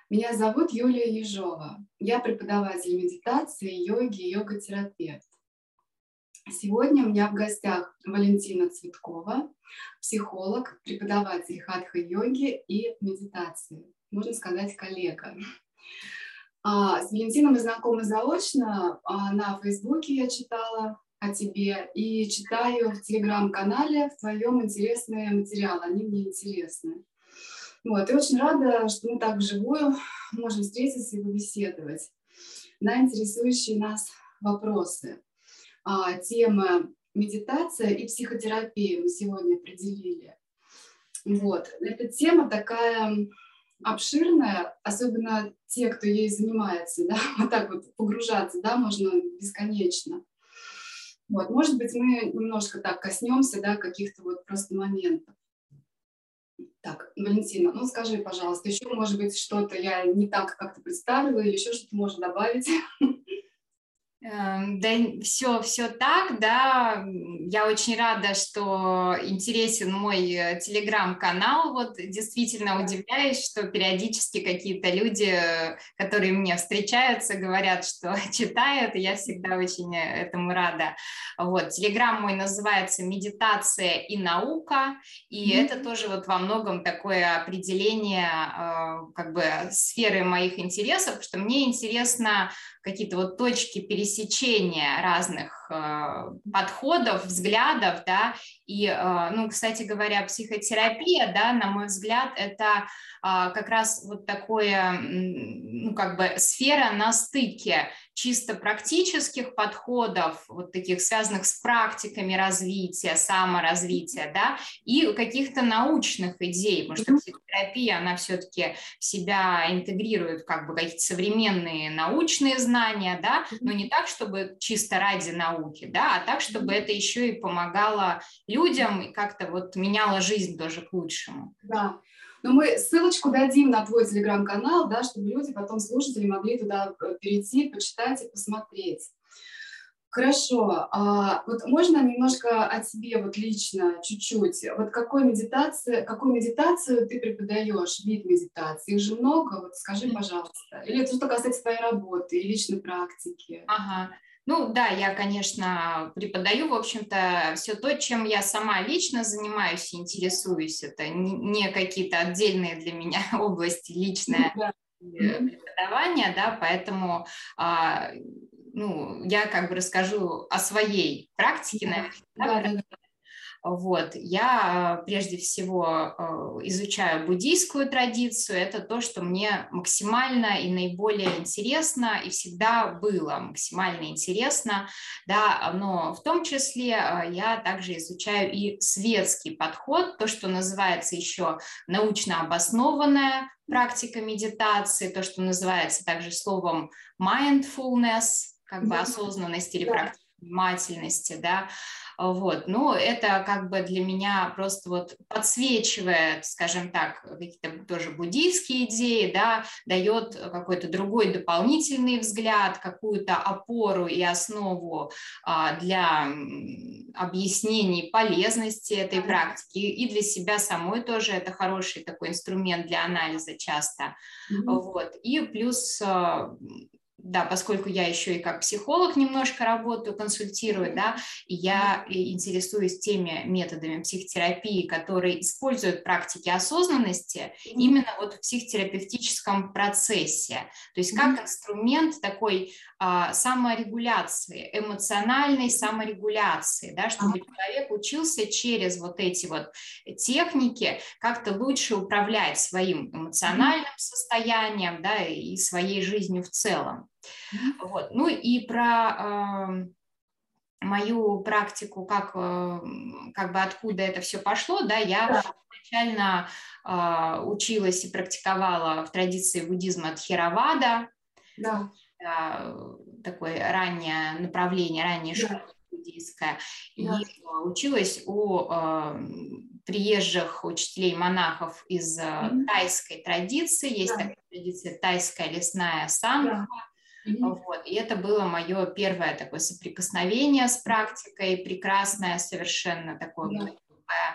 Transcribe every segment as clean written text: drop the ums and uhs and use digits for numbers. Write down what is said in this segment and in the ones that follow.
Меня зовут Юлия Ежова. Я преподаватель медитации, йоги и йога-терапевт. Сегодня у меня в гостях Валентина Цветкова, психолог, преподаватель хатха-йоги и медитации. Можно сказать, коллега. С Валентиной мы знакомы заочно. На Фейсбуке я читала о тебе и читаю в Телеграм-канале в твоем интересные материалы. Они мне интересны. Вот, и очень рада, что мы так вживую можем встретиться и побеседовать на интересующие нас вопросы. Темы медитация и психотерапия мы сегодня определили. Вот. Эта тема такая обширная, особенно те, кто ей занимается, да, вот так вот погружаться, да, можно бесконечно. Вот. Может быть, мы немножко так коснемся, да, каких-то вот просто моментов. Так, Валентина, ну скажи, пожалуйста, еще, может быть, что-то я не так как-то представила или еще что-то можно добавить? Да, все так, да. Я очень рада, что интересен мой телеграм-канал. Вот действительно удивляюсь, что периодически какие-то люди, которые мне встречаются, говорят, что читают, и я всегда очень этому рада. Вот, телеграм мой называется «Медитация и наука», и это тоже вот во многом такое определение как бы сферы моих интересов, потому что мне интересно какие-то вот точки пересечения разных подходов, взглядов, да, и, ну, кстати говоря, психотерапия, да, на мой взгляд, это как раз вот такое, ну, как бы сфера на стыке чисто практических подходов, вот таких связанных с практиками развития, саморазвития, да, и каких-то научных идей, потому что психотерапия, она все-таки в себя интегрирует как бы какие-то современные научные знания, да, но не так, чтобы чисто ради науки, да, а так, чтобы это еще и помогало людям и как-то вот меняло жизнь тоже к лучшему. Да. Но мы ссылочку дадим на твой телеграм-канал, да, чтобы люди, потом слушатели, могли туда перейти, почитать и посмотреть. Хорошо. Вот можно немножко о тебе вот лично, чуть-чуть? Вот какую медитацию ты преподаешь, вид медитации? Их же много, вот скажи, пожалуйста. Или это что касается твоей работы и личной практики? Ага. Ну да, я, конечно, преподаю, в общем-то, все то, чем я сама лично занимаюсь и интересуюсь. Это не какие-то отдельные для меня области личное преподавания, да, поэтому ну, я как бы расскажу о своей практике, наверное. Да. Вот. Я прежде всего изучаю буддийскую традицию. Это то, что мне максимально и наиболее интересно, и всегда было максимально интересно. Да, но в том числе я также изучаю и светский подход, то, что называется еще научно обоснованная практика медитации, то, что называется также словом mindfulness, как бы осознанность или практика внимательности, да. Вот, ну, это как бы для меня просто вот подсвечивает, скажем так, какие-то тоже буддийские идеи, да, дает какой-то другой дополнительный взгляд, какую-то опору и основу для объяснений полезности этой практики, и для себя самой тоже это хороший такой инструмент для анализа часто. Вот, и плюс... Да, поскольку я еще и как психолог немножко работаю, консультирую, да, и я интересуюсь теми методами психотерапии, которые используют практики осознанности именно вот в психотерапевтическом процессе, то есть как инструмент такой саморегуляции, эмоциональной саморегуляции, да, чтобы человек учился через вот эти вот техники как-то лучше управлять своим эмоциональным состоянием, да, и своей жизнью в целом. Вот. Ну и про мою практику, как бы откуда это все пошло, да, я изначально училась и практиковала в традиции буддизма Тхеравада, такое раннее направление, ранняя школа буддийская, и училась у приезжих учителей-монахов из тайской традиции, есть такая традиция тайская лесная сангха. Вот. И это было мое первое такое соприкосновение с практикой, прекрасное совершенно такое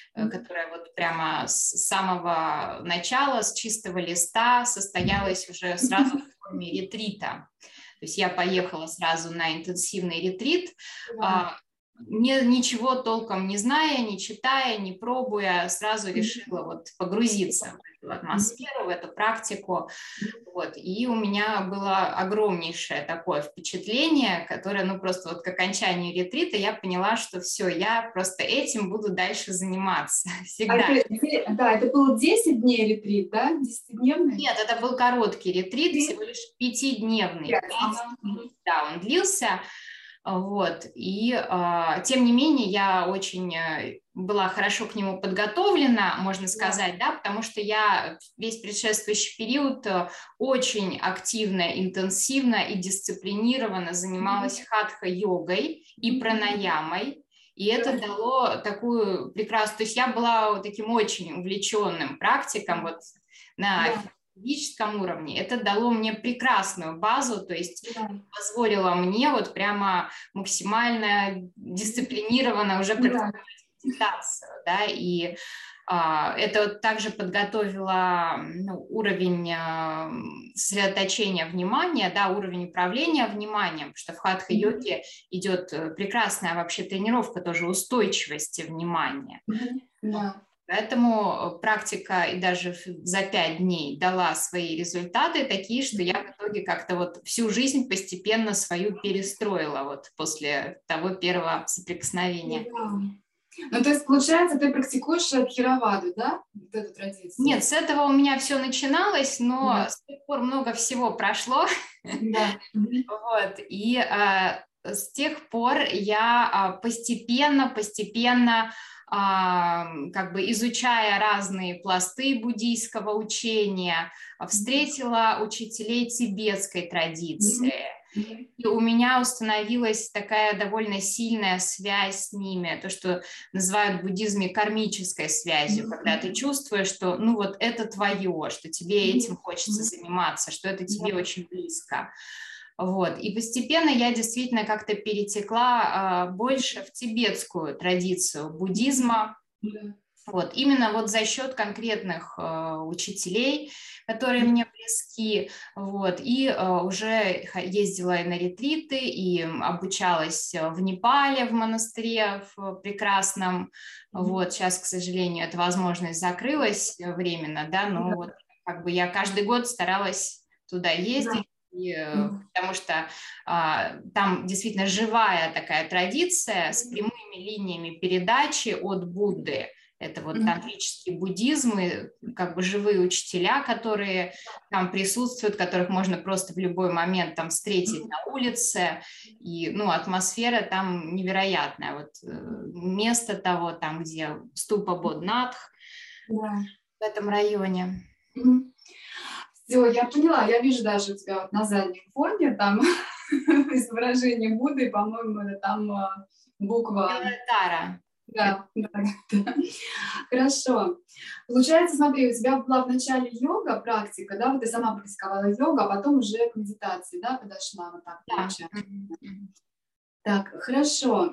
которая вот прямо с самого начала, с чистого листа состоялась уже сразу в форме ретрита. То есть я поехала сразу на интенсивный ретрит, ничего толком не зная, не читая, не пробуя, сразу решила вот погрузиться в эту атмосферу, в эту практику. Вот. И у меня было огромнейшее такое впечатление, которое, ну, просто вот к окончанию ретрита я поняла, что все, я просто этим буду дальше заниматься всегда. Это было 10 дней ретрит, да? 10-дневный? Нет, это был короткий ретрит, всего лишь 5-дневный. Да, он длился. Вот. И тем не менее я очень была хорошо к нему подготовлена, можно сказать, да, потому что я весь предшествующий период очень активно, интенсивно и дисциплинированно занималась хатха-йогой и пранаямой. И это дало такую прекрасную... То есть я была таким очень увлеченным практиком вот на физическом уровне. Это дало мне прекрасную базу, то есть позволило мне вот прямо максимально дисциплинированно уже практиковать медитацию, да, и это также подготовило уровень сосредоточения внимания, да, уровень управления вниманием, потому что в хатха-йоге идет прекрасная вообще тренировка тоже устойчивости внимания. Поэтому практика и даже за 5 дней дала свои результаты такие, что я в итоге как-то вот всю жизнь постепенно свою перестроила вот после того первого соприкосновения. Ну, то есть, получается, ты практикуешь Тхераваду, да? Вот эту традицию? Нет, с этого у меня все начиналось, но с тех пор много всего прошло. Вот, и с тех пор я постепенно, как бы изучая разные пласты буддийского учения, встретила учителей тибетской традиции. И у меня установилась такая довольно сильная связь с ними, то, что называют в буддизме кармической связью, когда ты чувствуешь, что ну вот это твое, что тебе этим хочется заниматься, что это тебе очень близко. Вот. И постепенно я действительно как-то перетекла больше в тибетскую традицию буддизма. Вот. Именно вот за счет конкретных учителей, которые мне близки. Вот. И уже ездила и на ретриты, и обучалась в Непале, в монастыре в прекрасном. Вот. Сейчас, к сожалению, эта возможность закрылась временно, да, но вот как бы я каждый год старалась туда ездить. Потому что там действительно живая такая традиция с прямыми линиями передачи от Будды. Это вот тантрический буддизм, и как бы живые учителя, которые там присутствуют, которых можно просто в любой момент там встретить на улице. И, ну, атмосфера там невероятная. Вот место того, там, где ступа Бодхнатх, в этом районе. Все, я поняла, я вижу даже у тебя вот на заднем фоне там изображение Будды, по-моему, это там буква... Тара. Да. Хорошо. Получается, смотри, у тебя была вначале йога, практика, да, вот ты сама практиковала йогу, а потом уже к медитации, да, подошла, вот так получается. Так, хорошо.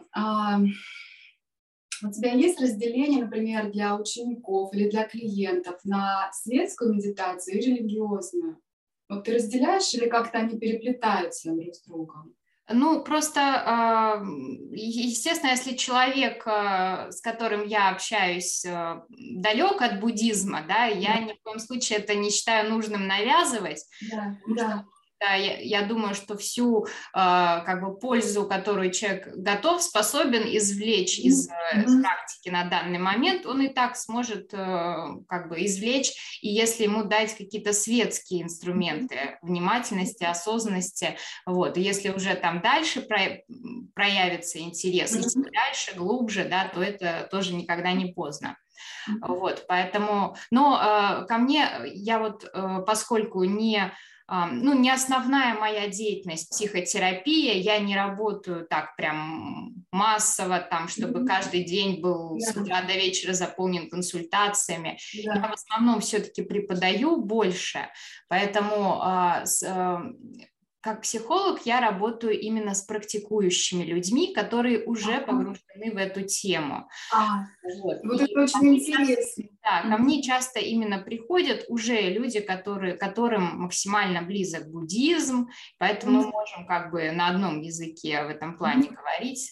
У тебя есть разделение, например, для учеников или для клиентов на светскую медитацию и религиозную? Вот ты разделяешь или как-то они переплетаются друг с другом? Ну, просто, естественно, если человек, с которым я общаюсь, далек от буддизма, да, я ни в коем случае это не считаю нужным навязывать. Да, я думаю, что всю как бы пользу, которую человек способен извлечь из практики на данный момент, он и так сможет как бы извлечь, и если ему дать какие-то светские инструменты внимательности, осознанности, вот, и если уже там дальше проявится интерес, идти дальше, глубже, да, то это тоже никогда не поздно. Вот, поэтому, но ко мне, я вот, поскольку не основная моя деятельность психотерапия, я не работаю так прям массово, там, чтобы каждый день был с утра до вечера заполнен консультациями. Я в основном все-таки преподаю больше, поэтому как психолог я работаю именно с практикующими людьми, которые уже погружены в эту тему. Вот это очень интересно. Да, ко мне часто именно приходят уже люди, которым максимально близок буддизм, поэтому мы можем как бы на одном языке в этом плане говорить.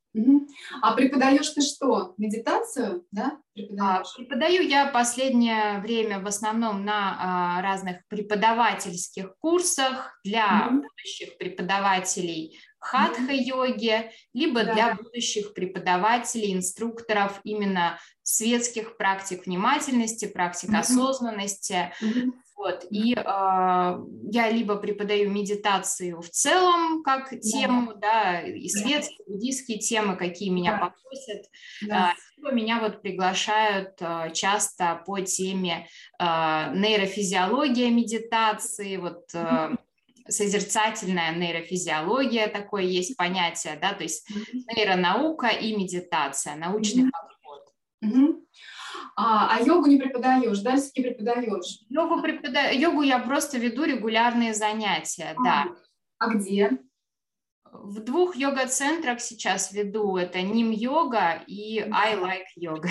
А преподаешь ты что? Медитацию, да? Преподаю я последнее время в основном на разных преподавательских курсах для будущих преподавателей хатха-йоги, либо для будущих преподавателей, инструкторов именно светских практик внимательности, практик осознанности. Вот. И я либо преподаю медитацию в целом как тему, да, и светские, буддийские темы, какие меня попросят, либо меня вот приглашают часто по теме нейрофизиология медитации, вот созерцательная нейрофизиология, такое есть понятие, да, то есть нейронаука и медитация, научный подход. А йогу не преподаешь, да, все-таки преподаешь? Йогу я просто веду регулярные занятия, да. А где? В 2 йога-центрах сейчас веду, это Ним-йога и I Like Yoga.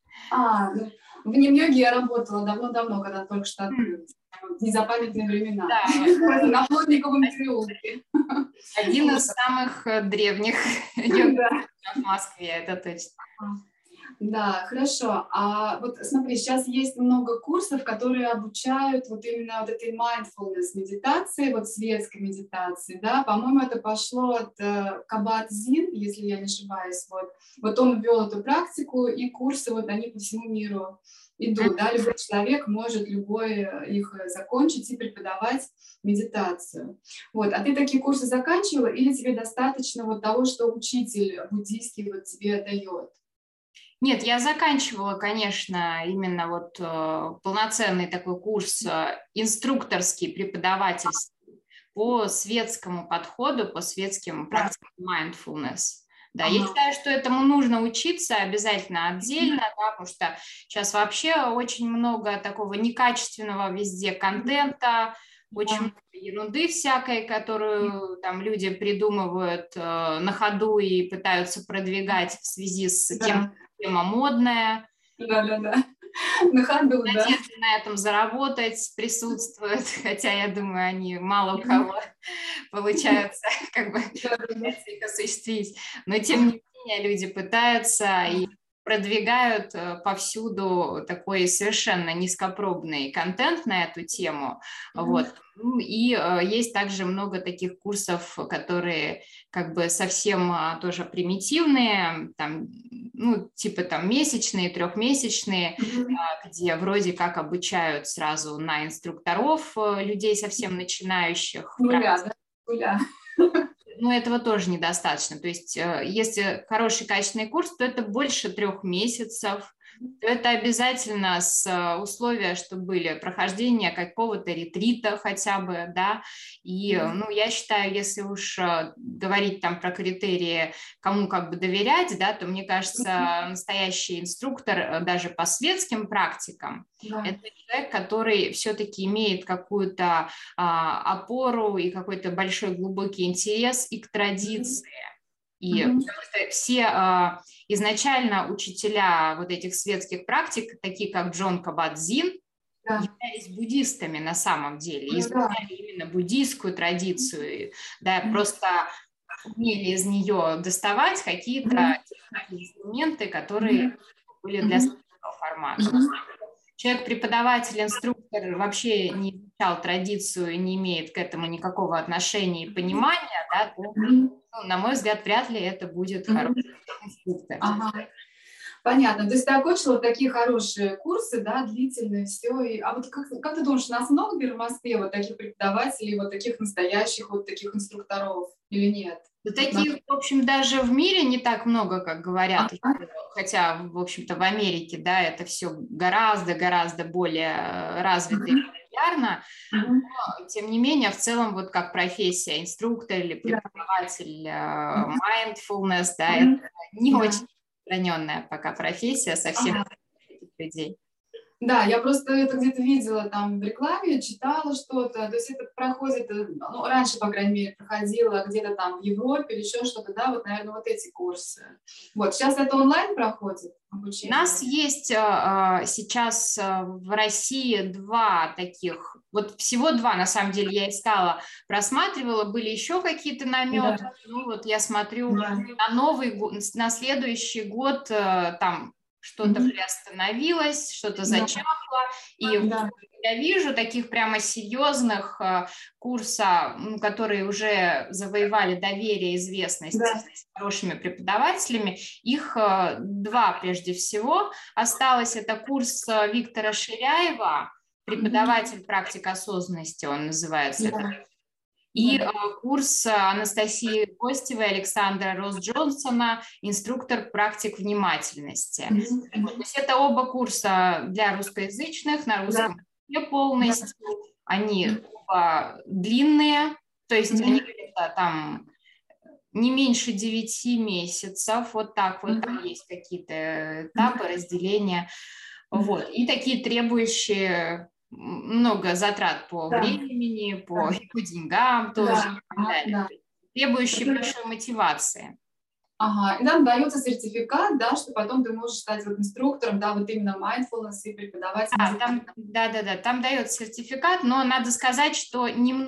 В Ним-йоге я работала давно-давно, когда только что открылась. Незапамятные времена. Да. На Плотниковом переулке. Один из самых древних йога-центров в Москве, это точно. Да, хорошо. А вот смотри, сейчас есть много курсов, которые обучают вот именно вот этой mindfulness медитации, вот светской медитации, да. По-моему, это пошло от Кабат-Зин, если я не ошибаюсь. Вот он ввел эту практику, и курсы вот они по всему миру идут, да. Любой человек может любой их закончить и преподавать медитацию. Вот. А ты такие курсы заканчивала или тебе достаточно вот того, что учитель буддийский вот тебе дает? Нет, я заканчивала, конечно, именно вот полноценный такой курс инструкторский, преподавательский по светскому подходу, по светским практикам mindfulness. Да, я считаю, что этому нужно учиться обязательно отдельно, да, потому что сейчас вообще очень много такого некачественного везде контента, очень много ерунды всякой, которую там люди придумывают на ходу и пытаются продвигать в связи с тем, тема модная. Да. На ходу, да. Надежда на этом заработать присутствует, хотя я думаю, они мало у кого получается как бы их осуществить. Но тем не менее люди пытаются и продвигают повсюду такой совершенно низкопробный контент на эту тему. Вот. И есть также много таких курсов, которые как бы совсем тоже примитивные, там, ну, типа там месячные, 3-месячные, где вроде как обучают сразу на инструкторов людей совсем начинающих. Нуля. Но этого тоже недостаточно. То есть если хороший качественный курс, то это больше 3 месяцев, то это обязательно с условия, что были прохождение какого-то ретрита хотя бы, да, и, ну, я считаю, если уж говорить там про критерии, кому как бы доверять, да, то, мне кажется, настоящий инструктор даже по светским практикам, это человек, который все-таки имеет какую-то опору и какой-то большой глубокий интерес и к традиции. И все изначально учителя вот этих светских практик, такие как Джон Кабат-Зин, являлись буддистами на самом деле, изучали именно буддийскую традицию, да, просто умели из нее доставать какие-то инструменты, которые были для светского формата. Человек-преподаватель, инструктор вообще не изучал традицию и не имеет к этому никакого отношения и понимания, да, то, ну, на мой взгляд, вряд ли это будет хороший инструктор. Понятно. То есть ты окончила такие хорошие курсы, да, длительные, все. А вот как ты думаешь, у нас много в Москве вот таких преподавателей, вот таких настоящих, вот таких инструкторов или нет? Да, таких, в общем, даже в мире не так много, как говорят, хотя, в общем-то, в Америке, да, это все гораздо более развито и популярно, но, тем не менее, в целом, вот как профессия инструктор или преподаватель mindfulness, да, это не очень распространенная пока профессия совсем этих людей. Да, я просто это где-то видела там в рекламе, читала что-то, то есть это проходит, ну, раньше, по крайней мере, проходило где-то там в Европе или еще что-то, да, вот, наверное, вот эти курсы. Вот, сейчас это онлайн проходит У нас обучение? есть сейчас в России два таких, вот всего два, на самом деле, я искала, просматривала, были еще какие-то наметы, Да, ну вот я смотрю да. на Новый год, на следующий год там что-то Мгм. приостановилось, что-то Да, зачахло, и да, я вижу таких прямо серьезных курса, которые уже завоевали доверие, известность да. с хорошими преподавателями, их два прежде всего. Осталось это курс Виктора Ширяева, Мгм. преподаватель практик осознанности, он называется это. Да, И да. курс Анастасии Костевой, Александра Росс-Джонсона, инструктор практик внимательности. Мгм. Вот. То Мгм. есть это оба курса для русскоязычных, на Да, русском языке да. полностью. Они Мгм. оба длинные, то есть они Мгм. где-то там не меньше 9 месяцев, вот так вот, там Мгм. есть какие-то этапы разделения, вот, и такие требующие много затрат по Да, времени, по, да, по деньгам тоже да, и так ага, далее, да. требующие большой мотивации. Ага, и нам дается сертификат, да, что потом ты можешь стать вот инструктором, да, вот именно mindfulness и преподавать Да, медитацию. там, да, там дает сертификат, но надо сказать, что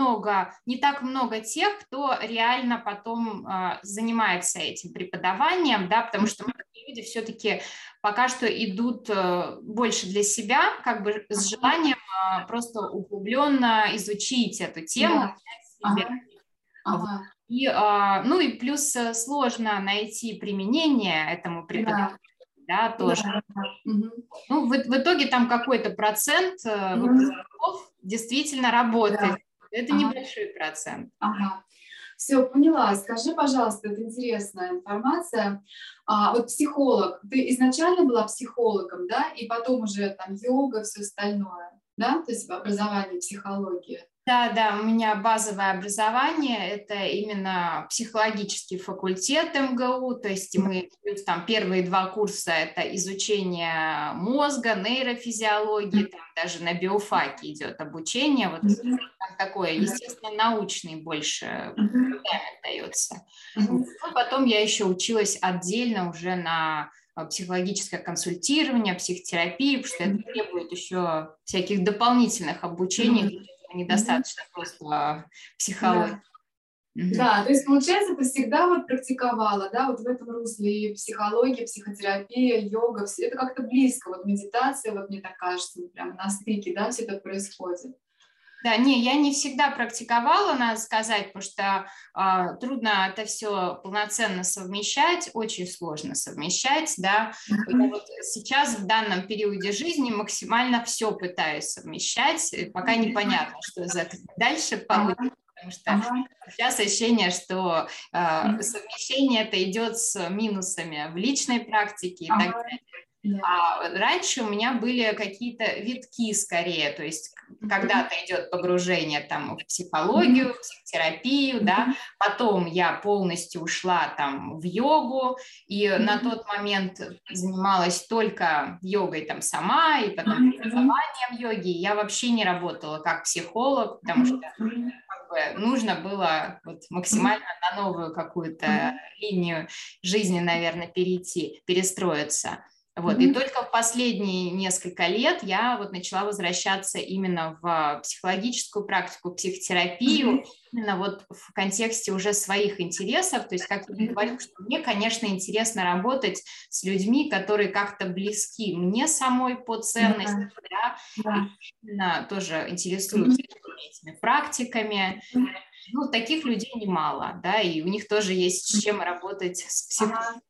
не так много тех, кто реально потом занимается этим преподаванием, да, потому что многие люди все-таки пока что идут больше для себя, как бы с желанием просто углубленно изучить эту тему, Да, понять себя. ага, Вот. ага, И, ну и плюс сложно найти применение этому преподаванию, да, да, да, тоже. да, мгм, Ну, в итоге там какой-то процент мгм, выпускников действительно да, работает. Это ага, небольшой процент. ага. Все, поняла. Скажи, пожалуйста, это интересная информация. Вот психолог, ты изначально была психологом, да, и потом уже там йога, все остальное, да, то есть образование, психология. Да, у меня базовое образование, это именно психологический факультет МГУ, то есть мы плюс там первые два курса это изучение мозга, нейрофизиологии, там даже на биофаке идет обучение, вот Мгм, там такое, да, естественно, научный больше мгм, фундамент дается. мгм, Вот. Ну, потом я еще училась отдельно уже на психологическое консультирование, психотерапию, потому что это мгм, требует еще всяких дополнительных обучений, мгм, для этого мгм. недостаточно просто психологии. Да. Мгм. Да, то есть, получается, ты всегда вот практиковала, да, вот в этом русле и психология, психотерапия, йога, это как-то близко, вот медитация, вот мне так кажется, вот прямо на стыке, да, все это происходит. Да, не, я не всегда практиковала, надо сказать, потому что трудно это все полноценно совмещать, очень сложно совмещать, да. Я Мгм. вот сейчас в данном периоде жизни максимально все пытаюсь совмещать, и пока непонятно, что из этого дальше получится, Ага, потому что ага, сейчас ощущение, что мгм, совмещение это идет с минусами в личной практике и так ага, далее. да. А раньше у меня были какие-то витки скорее, то есть Мгм, когда-то идет погружение там в мгм, психологию, в психотерапию, да, мгм, потом я полностью ушла там в йогу, и на мгм, тот момент занималась только йогой там сама, и потом мгм, мгм, преподаванием йоги, я вообще не работала как психолог, потому что мгм, мгм, как бы нужно было вот мгм, максимально на новую какую-то мгм, линию жизни, наверное, перейти, перестроиться. Вот. И мгм, только в последние несколько лет я вот начала возвращаться именно в психологическую практику, психотерапию, именно вот в контексте уже своих интересов. То есть, как я говорю, мгм, что мне, конечно, интересно работать с людьми, которые как-то близки мне самой по ценности, да, да, да, и именно тоже мгм, интересуются этими практиками. Ну, таких людей немало, да, и у них тоже есть с чем работать с психологом. ага.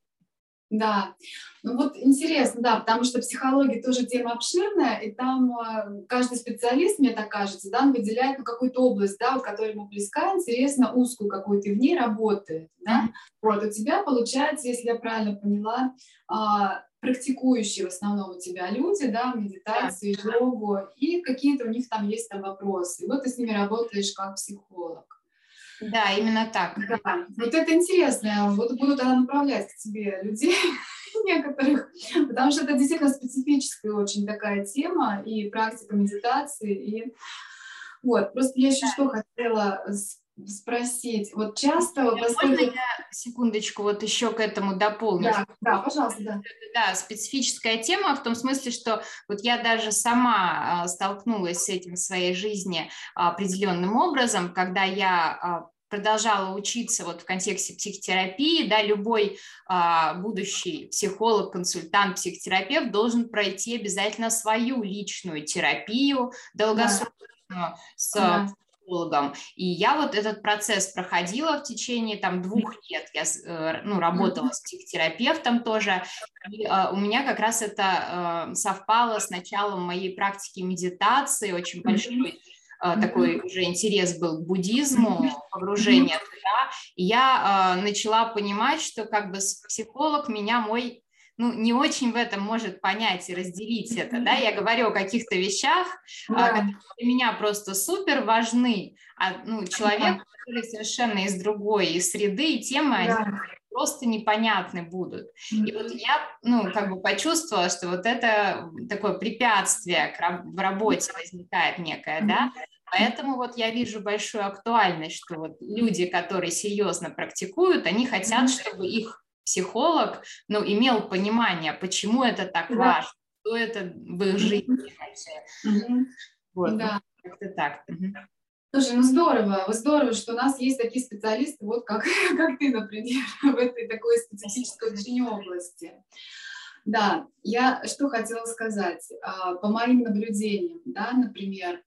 Да, ну вот интересно, да, потому что психология тоже тема обширная, и там каждый специалист, мне так кажется, да, он выделяет ну, какую-то область, да, вот, которая ему близка, интересно, узкую какую-то, и в ней работает, да. Вот, у тебя получается, если я правильно поняла, практикующие в основном у тебя люди, да, Да. медитацию, йогу, и какие-то у них там есть там вопросы, и вот ты с ними работаешь как психолог. Да, именно так. Да, вот это интересно, вот буду тогда направлять к тебе людей. некоторых, потому что это действительно специфическая очень такая тема и практика медитации. И вот, просто я еще что хотела спросить. Вот часто, Можно поскольку... я секундочку вот еще к этому дополню? Да, пожалуйста, да. Да, специфическая тема в том смысле, что вот я даже сама столкнулась с этим в своей жизни определенным образом, когда я продолжала учиться вот в контексте психотерапии, да, любой будущий психолог, консультант, психотерапевт должен пройти обязательно свою личную терапию долгосрочную с психологом. И я вот этот процесс проходила в течение там 2 лет. Я работала с психотерапевтом тоже. И у меня как раз это совпало с началом моей практики медитации, очень большой такой уже интерес был к буддизму, погружение туда. И я начала понимать, что как бы психолог меня мой не очень в этом может понять и разделить это, да, я говорю о каких-то вещах, которые для меня просто супер важны, человек, который совершенно из другой из среды, и темы, они просто непонятны будут. И вот я, как бы почувствовала, что вот это такое препятствие в работе возникает некое, да, поэтому вот я вижу большую актуальность, что вот люди, которые серьезно практикуют, они хотят, чтобы их психолог, имел понимание, почему это так важно, что это в их жизни вообще. Вот, да. как-то так. Слушай, здорово, что у нас есть такие специалисты, вот как ты, например, в этой такой специфической очень области. Да, я что хотела сказать. По моим наблюдениям, да, например,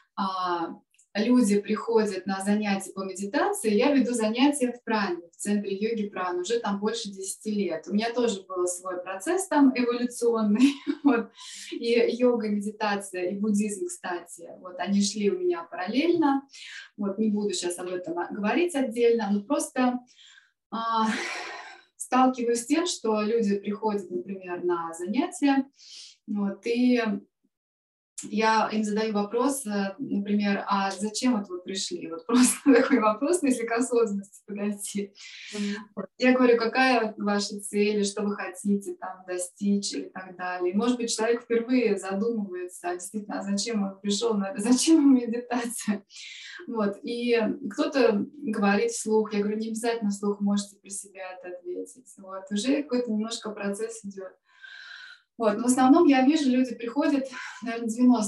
люди приходят на занятия по медитации, я веду занятия в пране, в центре йоги праны, уже там больше 10 лет. У меня тоже был свой процесс там эволюционный, вот, и йога, медитация, и буддизм, кстати, вот, они шли у меня параллельно, вот, не буду сейчас об этом говорить отдельно, но просто сталкиваюсь с тем, что люди приходят, например, на занятия, вот, и я им задаю вопрос, например, а зачем вот вы пришли? Вот просто такой вопрос, если к осознанности подойти. Я говорю, какая ваша цель, что вы хотите там достичь и так далее. И, может быть, человек впервые задумывается, действительно, а зачем он пришел на это, зачем ему медитация? Вот. И кто-то говорит вслух, я говорю, не обязательно вслух, можете про себя это ответить. Вот. Уже какой-то немножко процесс идет. Вот. Но в основном я вижу, люди приходят, наверное,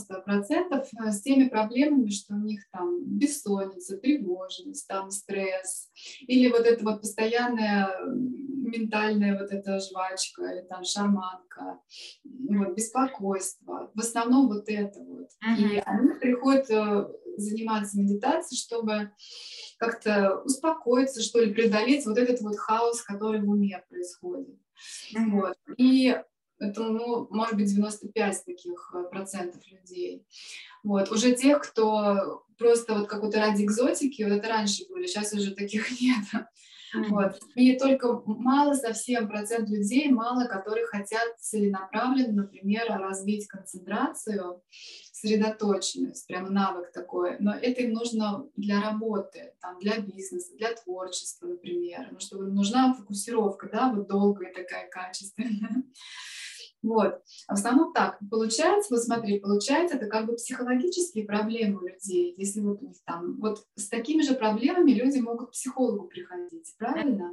90% с теми проблемами, что у них там бессонница, тревожность, там стресс, или вот это вот постоянная ментальная вот эта жвачка, или там шарманка, вот, беспокойство. В основном вот это вот. И они приходят заниматься медитацией, чтобы как-то успокоиться, что ли, преодолеть вот этот вот хаос, который в уме происходит. Вот. И это, может быть, 95 таких процентов людей. Вот. Уже тех, кто просто вот как-то ради экзотики, вот это раньше были, сейчас уже таких нет. Вот. И только совсем процент людей, которые хотят целенаправленно, например, развить концентрацию, сосредоточенность, прям навык такой. Но это им нужно для работы, там, для бизнеса, для творчества, например. Потому что нужна фокусировка, да, вот долгая такая, качественная. Вот. А в основном так получается, вот смотри, получается, это как бы психологические проблемы у людей. Если вот у них там, вот с такими же проблемами люди могут к психологу приходить, правильно?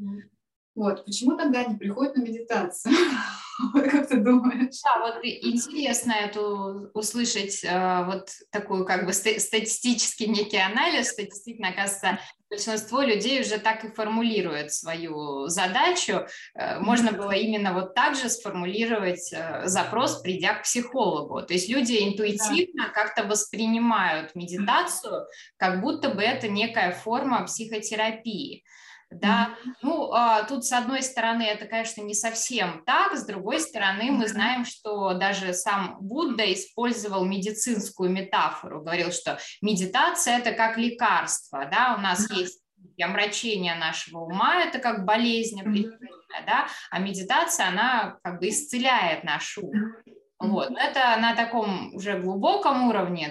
Вот. Почему тогда они приходят на медитацию? Как ты думаешь? Да, вот интересно это услышать, вот такой как бы статистический некий анализ, что действительно, оказывается, большинство людей уже так и формулирует свою задачу. Можно было именно вот так же сформулировать запрос, придя к психологу. То есть люди интуитивно как-то воспринимают медитацию, как будто бы это некая форма психотерапии. Да, тут с одной стороны это, конечно, не совсем так, с другой стороны мы знаем, что даже сам Будда использовал медицинскую метафору, говорил, что медитация это как лекарство, да, у нас есть омрачение нашего ума, это как болезнь определенная, да, а медитация, она как бы исцеляет наш ум. Вот. Это на таком уже глубоком уровне,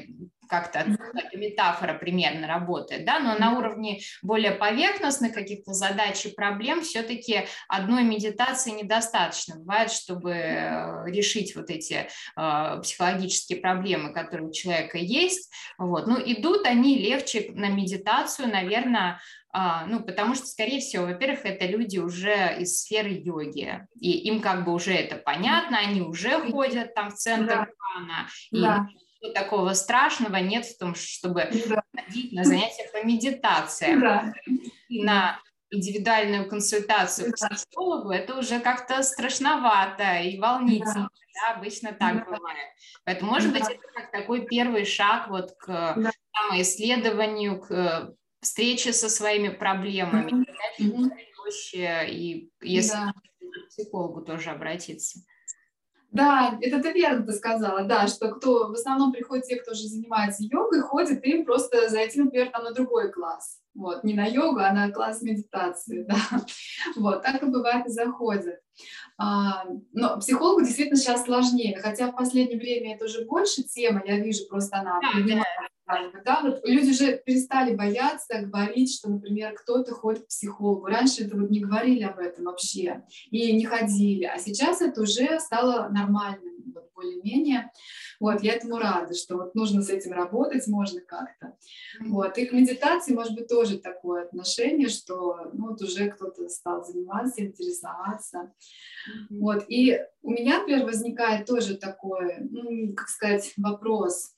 как-то эта метафора примерно работает, да, но на уровне более поверхностных каких-то задач и проблем все-таки одной медитации недостаточно. Бывает, чтобы решить вот эти психологические проблемы, которые у человека есть, вот. Ну, идут они легче на медитацию, наверное, ну, потому что, скорее всего, во-первых, это люди уже из сферы йоги, и им как бы уже это понятно, они уже ходят там в центр прана, и ничего такого страшного нет в том, чтобы ходить на занятия по медитации. И на индивидуальную консультацию к психологу это уже как-то страшновато и волнительно. Да, обычно так бывает. Поэтому, может быть, это как такой первый шаг вот к самоисследованию, к встрече со своими проблемами. Дальше будет проще, и если к психологу тоже обратиться. Да, это ты верно сказала, да, что кто в основном приходят те, кто уже занимается йогой, ходят им просто зайти, например, там на другой класс. Вот, не на йогу, а на класс медитации, да. Вот, так и бывает и заходят. Но психологу действительно сейчас сложнее, хотя в последнее время это уже больше тема, я вижу, просто она поднимается. Да, вот люди уже перестали бояться говорить, что, например, кто-то ходит к психологу. Раньше это вот не говорили об этом вообще и не ходили, а сейчас это уже стало нормальным, вот, более-менее. Вот, я этому рада, что вот нужно с этим работать, можно как-то. Вот, и к медитации, может быть, тоже такое отношение, что ну, вот уже кто-то стал заниматься, интересоваться. Вот, и у меня, например, возникает тоже такой, ну, как сказать, вопрос.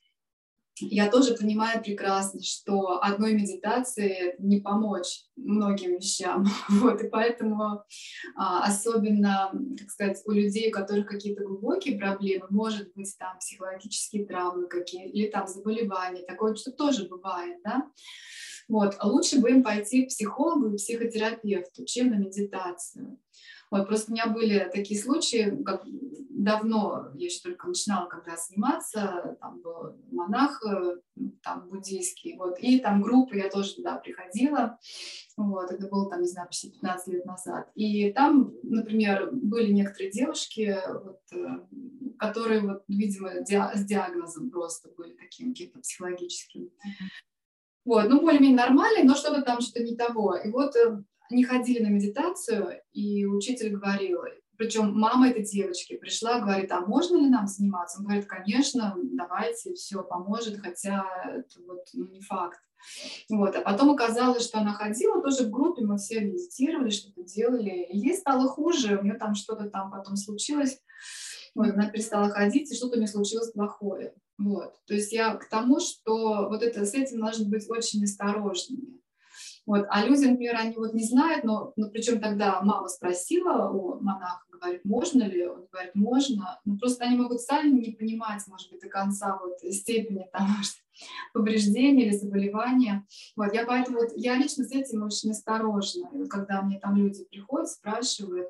Я тоже понимаю прекрасно, что одной медитации не помочь многим вещам. Вот, и поэтому особенно, как сказать, у людей, у которых какие-то глубокие проблемы, может быть, там психологические травмы какие-то, или там заболевания, такое что тоже бывает, да? Вот, а лучше бы им пойти к психологу и психотерапевту, чем на медитацию. Вот, просто у меня были такие случаи, как давно, я еще только начинала когда заниматься, там был монах, там буддийский, вот, и там группа, я тоже туда приходила, вот, это было там, не знаю, почти 15 лет назад, и там, например, были некоторые девушки, вот, которые, вот, видимо, с диагнозом просто были таким каким-то психологическим. Вот, ну, более-менее нормальные, но что-то там, что-то не того. И вот они ходили на медитацию, и учитель говорил, причем мама этой девочки пришла, говорит, а можно ли нам заниматься? Он говорит, конечно, давайте, все поможет, хотя это вот ну, не факт. Вот, а потом оказалось, что она ходила тоже в группе, мы все медитировали, что-то делали, и ей стало хуже, у нее там что-то там потом случилось, вот, она перестала ходить, и что-то у нее случилось плохое. Вот. То есть я к тому, что вот это, с этим нужно быть очень осторожными. Вот. А люди, например, они вот не знают, но причем тогда мама спросила у монаха, говорит, можно ли? Он говорит, можно. Но просто они могут сами не понимать, может быть, до конца вот степени там, повреждения или заболевания. Вот. Я поэтому вот, я лично с этим очень осторожна. И вот, когда мне там люди приходят, спрашивают,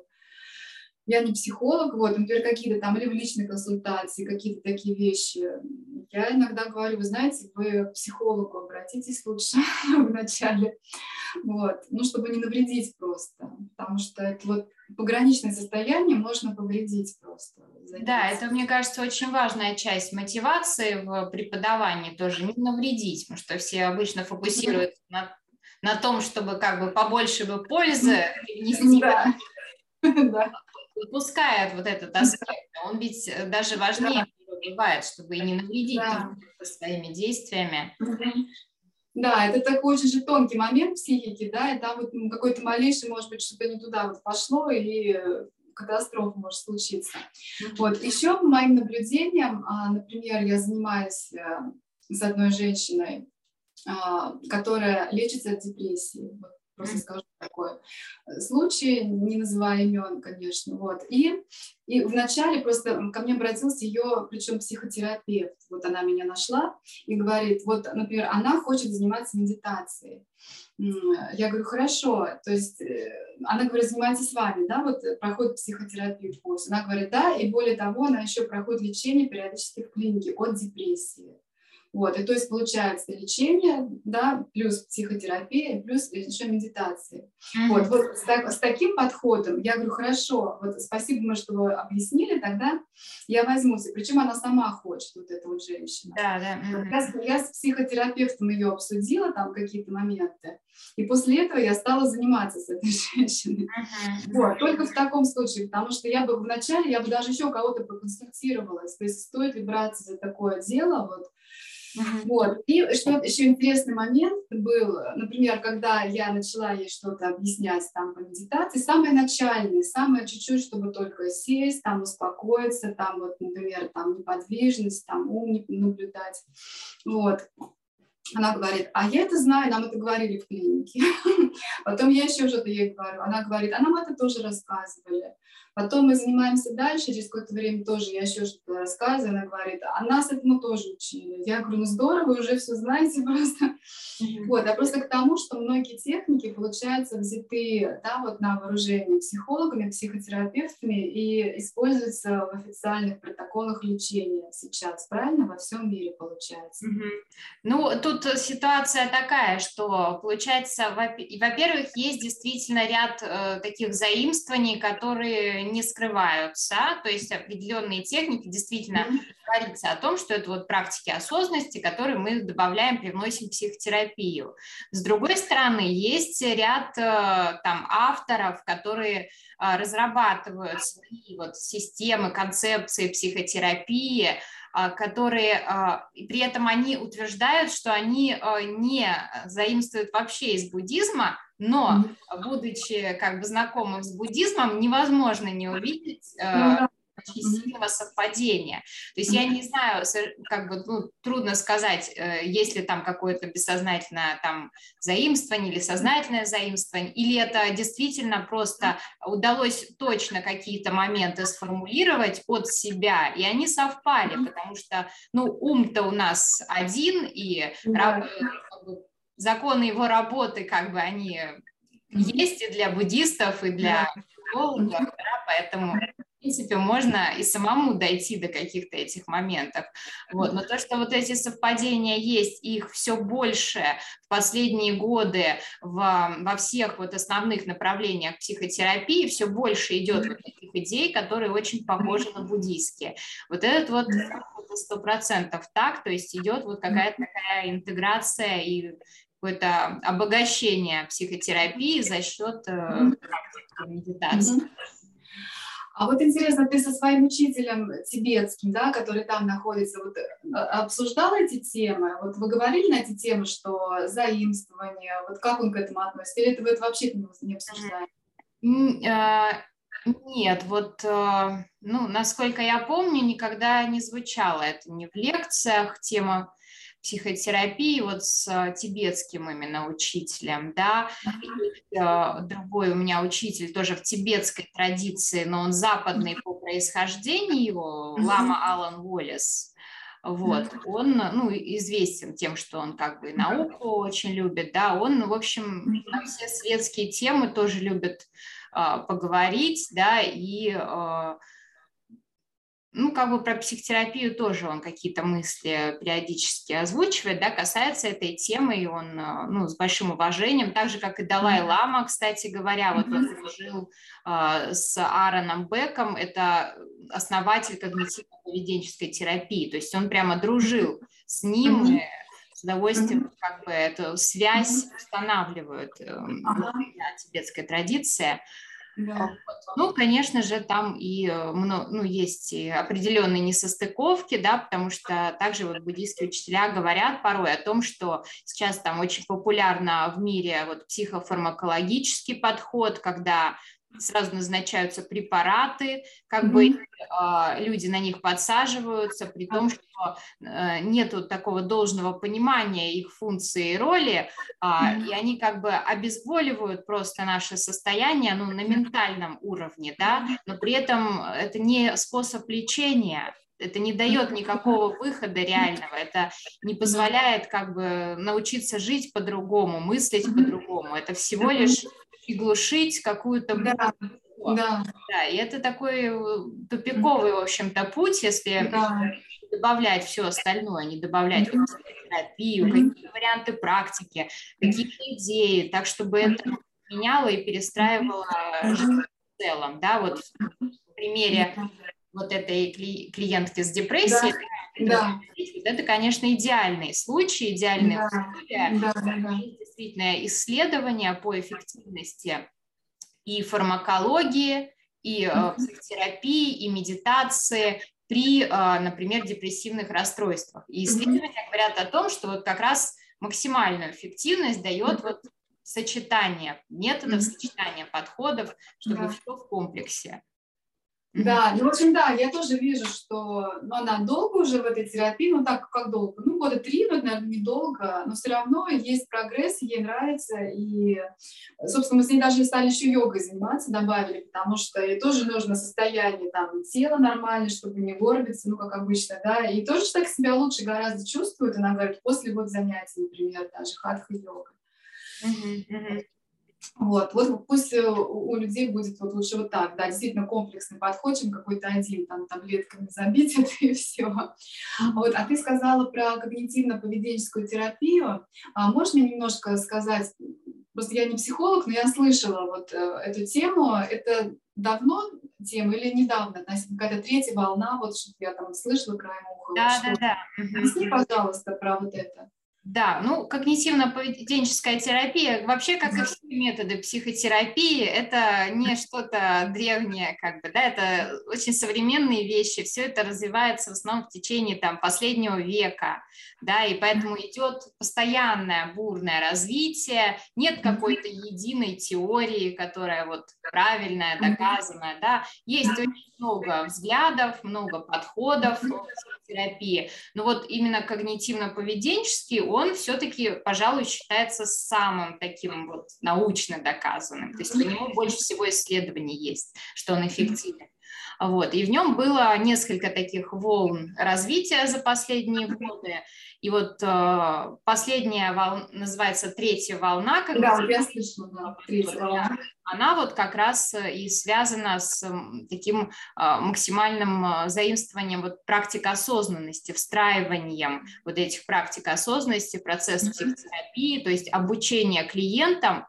я не психолог, вот, например, какие-то там или в личной консультации, какие-то такие вещи. Я иногда говорю, вы знаете, вы к психологу обратитесь лучше вначале, вот, ну, чтобы не навредить просто, потому что это вот пограничное состояние можно повредить просто. Да, это, мне кажется, очень важная часть мотивации в преподавании тоже, не навредить, потому что все обычно фокусируются на том, чтобы как бы побольше бы пользы принести. Да. Выпускает вот этот аспект, он ведь даже важнее бывает, чтобы и не навредить своими действиями. Да, это такой очень же тонкий момент психики, да, и там вот какой-то малейший, может быть, что-то не туда вот пошло, и катастрофа может случиться. Вот. Еще по моим наблюдениям, например, я занимаюсь с одной женщиной, которая лечится от депрессии. Вот, просто скажу такой случай, не называя имен, конечно. Вот. И вначале просто ко мне обратился ее, причем психотерапевт. Вот она меня нашла и говорит, вот, например, она хочет заниматься медитацией. Я говорю, хорошо, то есть она говорит, занимается с вами, да, вот проходит психотерапию курс. Она говорит, да, и более того, она еще проходит лечение периодически в клинике от депрессии. Вот, и то есть получается лечение, да, плюс психотерапия, плюс еще медитация. Вот, вот с таким подходом я говорю, хорошо, вот спасибо, может, что вы объяснили, тогда я возьмусь. И причем она сама хочет, вот эта вот женщина. Да, да. Я с психотерапевтом ее обсудила, там какие-то моменты, и после этого я стала заниматься с этой женщиной. Вот, только в таком случае, потому что я бы вначале, я бы даже еще кого-то проконсультировалась, то есть стоит ли браться за такое дело, вот. Вот. И что еще интересный момент был, например, когда я начала ей что-то объяснять там по медитации, самое начальное, самое чуть-чуть, чтобы только сесть, там успокоиться, там вот, например, там неподвижность, там ум наблюдать, вот. Она говорит, а я это знаю, нам это говорили в клинике. Потом я еще что-то ей говорю. Она говорит, а нам это тоже рассказывали. Потом мы занимаемся дальше, через какое-то время тоже я еще что-то рассказываю. Она говорит, а нас этому тоже учили. Я говорю, ну здорово, вы уже все знаете просто. Вот, а просто к тому, что многие техники, получается, взяты, да, вот на вооружение психологами, психотерапевтами и используются в официальных протоколах лечения сейчас, правильно? Во всем мире получается. Ну, тут ситуация такая, что, получается, во-первых, есть действительно ряд таких заимствований, которые не скрываются, то есть определенные техники действительно говорится о том, что это вот практики осознанности, которые мы добавляем, привносим в психотерапию. С другой стороны, есть ряд там авторов, которые разрабатывают свои вот системы, концепции психотерапии, которые, при этом они утверждают, что они не заимствуют вообще из буддизма, но, будучи как бы знакомым с буддизмом, невозможно не увидеть очень сильного совпадения. То есть я не знаю, как бы, ну, трудно сказать, есть ли там какое-то бессознательное там заимствование или сознательное заимствование, или это действительно просто удалось точно какие-то моменты сформулировать от себя, и они совпали, потому что, ну, ум-то у нас один, и законы его работы, как бы, они есть и для буддистов, и для психологов, да, поэтому в принципе, можно и самому дойти до каких-то этих моментов. Вот. Но то, что вот эти совпадения есть, их все больше в последние годы во всех вот основных направлениях психотерапии, все больше идет вот таких идей, которые очень похожи на буддийские. Вот этот вот 100% так, то есть идет вот какая-то такая интеграция и какое-то обогащение психотерапии за счет медитации. А вот интересно, ты со своим учителем тибетским, да, который там находится, вот, обсуждала эти темы? Вот вы говорили на эти темы, что заимствование, вот как он к этому относится? Или это вы это вообще не обсуждаете? Нет, вот, ну, насколько я помню, никогда не звучало это ни в лекциях, тема психотерапии вот с тибетским именно учителем, да, и другой у меня учитель тоже в тибетской традиции, но он западный по происхождению, лама Алан Уоллес, вот, он, ну, известен тем, что он как бы науку очень любит, да, он, в общем, на все светские темы тоже любит поговорить, да, и ну, как бы про психотерапию тоже он какие-то мысли периодически озвучивает, да, касается этой темы, и он, ну, с большим уважением, так же, как и Далай-лама, кстати говоря, вот он дружил с Аароном Беком, это основатель когнитивно-поведенческой терапии, то есть он прямо дружил с ним, и с удовольствием как бы эту связь устанавливают, тибетская традиция. Да. Ну, конечно же, там и ну, есть и определенные несостыковки, да, потому что также вот буддийские учителя говорят порой о том, что сейчас там очень популярно в мире вот психофармакологический подход, когда сразу назначаются препараты, как бы люди на них подсаживаются, при том, что нету такого должного понимания их функции и роли, и они как бы обезболивают просто наше состояние, ну, на ментальном уровне, да, но при этом это не способ лечения. Это не дает никакого выхода реального, это не позволяет как бы научиться жить по-другому, мыслить по-другому. Это всего лишь приглушить какую-то боль. Да, и это такой тупиковый, в общем-то, путь, если добавлять все остальное, не добавлять терапию, какие варианты практики, какие-то идеи, так, чтобы это меняло и перестраивало жизнь в целом, да, вот в примере вот этой клиентки с депрессией, это, конечно, идеальный случай, идеальные условия. Есть действительно исследования по эффективности и фармакологии, и психотерапии, и медитации при, например, депрессивных расстройствах. И исследования говорят о том, что вот как раз максимальную эффективность дает вот сочетание методов, сочетание подходов, чтобы все в комплексе. Да, ну, в общем, да, я тоже вижу, что она долго уже в этой терапии, ну, так как долго, ну, года 3, ну, наверное, недолго, но все равно есть прогресс, ей нравится, и, собственно, мы с ней даже стали еще йогой заниматься, добавили, потому что ей тоже нужно состояние, там, тела нормальное, чтобы не горбиться, ну, как обычно, да, и тоже так себя лучше гораздо чувствует, она говорит, после вот занятий, например, даже хатха-йога. Вот пусть у людей будет вот лучше вот так, да, действительно комплексный подход, чем какой-то один, там, таблетками забить это и все. Вот, а ты сказала про когнитивно-поведенческую терапию. Можешь мне немножко сказать, просто я не психолог, но я слышала вот эту тему, это давно тема или недавно, какая-то третья волна, вот что я там слышала краем уха. Да. Объясни, пожалуйста, про вот это. Да, ну, когнитивно-поведенческая терапия, вообще, как и все методы психотерапии, это не что-то древнее, как бы, да, это очень современные вещи, все это развивается в основном в течение, там, последнего века, да, и поэтому идет постоянное бурное развитие, нет какой-то единой теории, которая вот правильная, доказанная, да, есть очень много взглядов, много подходов в психотерапии, но вот именно когнитивно-поведенческий, он все-таки, пожалуй, считается самым таким вот научно доказанным, то есть у него больше всего исследований есть, что он эффективен. Вот. И в нем было несколько таких волн развития за последние годы. И вот последняя волна, называется третья волна. Да, я слышала, да, третья волна. Она вот как раз и связана с таким максимальным заимствованием вот практик осознанности, встраиванием вот этих практик осознанности в процесс психотерапии, то есть обучение клиента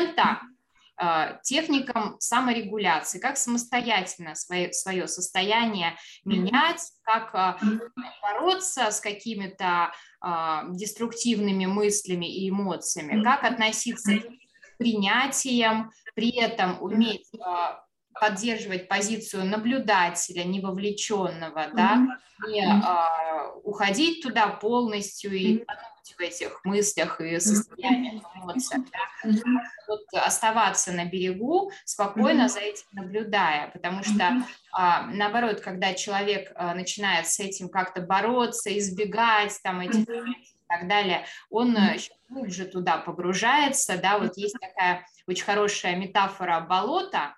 техникам саморегуляции, как самостоятельно свое состояние менять, как бороться с какими-то деструктивными мыслями и эмоциями, как относиться к принятиям, при этом уметь поддерживать позицию наблюдателя, не вовлеченного, да, не уходить туда полностью и тонуть в этих мыслях и состояниях, эмоциях, да. Вот оставаться на берегу, спокойно за этим наблюдая, потому что, наоборот, когда человек начинает с этим как-то бороться, избегать там этих и так далее, он еще глубже туда погружается, да, вот есть такая очень хорошая метафора болота,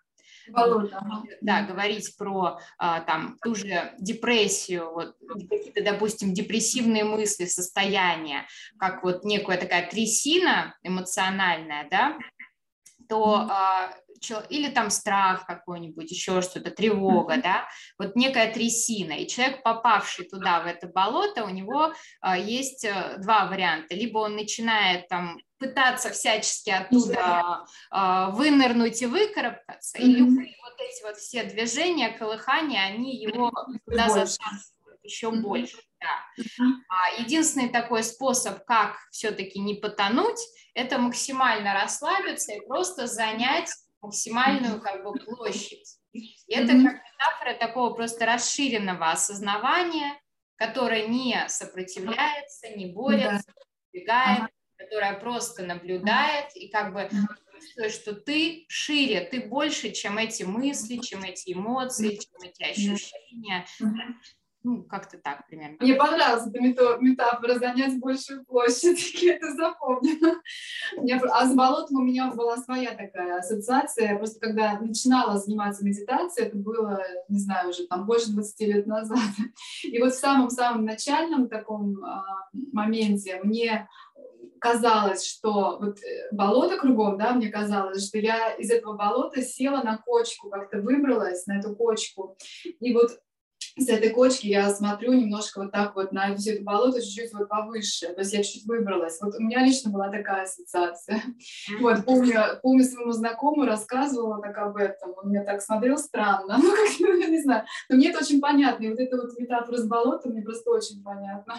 да, говорить про там ту же депрессию, вот какие-то, допустим, депрессивные мысли, состояния, как вот некая такая трясина эмоциональная, да, то или там страх какой-нибудь, еще что-то, тревога, да, вот некая трясина, и человек, попавший туда, в это болото, у него есть два варианта, либо он начинает там пытаться всячески оттуда вынырнуть и выкарабкаться, или вот эти вот все движения, колыхания, они его туда засасывают еще больше, да. Единственный такой способ, как все-таки не потонуть, это максимально расслабиться и просто занять максимальную как бы площадь. И это как метафора такого просто расширенного осознавания, которое не сопротивляется, не борется, не убегает, которое просто наблюдает и как бы чувствуешь, что ты шире, ты больше, чем эти мысли, чем эти эмоции, чем эти ощущения. Ну, как-то так примерно. Мне понравилась эта метафора «занять большую площадь», я это запомнила. А с болотом у меня была своя такая ассоциация. Просто когда начинала заниматься медитацией, это было, не знаю, уже там больше 20 лет назад. И вот в самом-самом начальном таком моменте мне казалось, что вот болото кругом, да, мне казалось, что я из этого болота села на кочку, как-то выбралась на эту кочку. И вот с этой кочки я смотрю немножко вот так вот на всю эту болото чуть-чуть вот повыше, то есть я чуть выбралась. Вот у меня лично была такая ассоциация. Вот, помню своему знакомому рассказывала так об этом, он меня так смотрел странно, ну, как, я не знаю, но мне это очень понятно, и вот эта вот метафора с болотом мне просто очень понятно.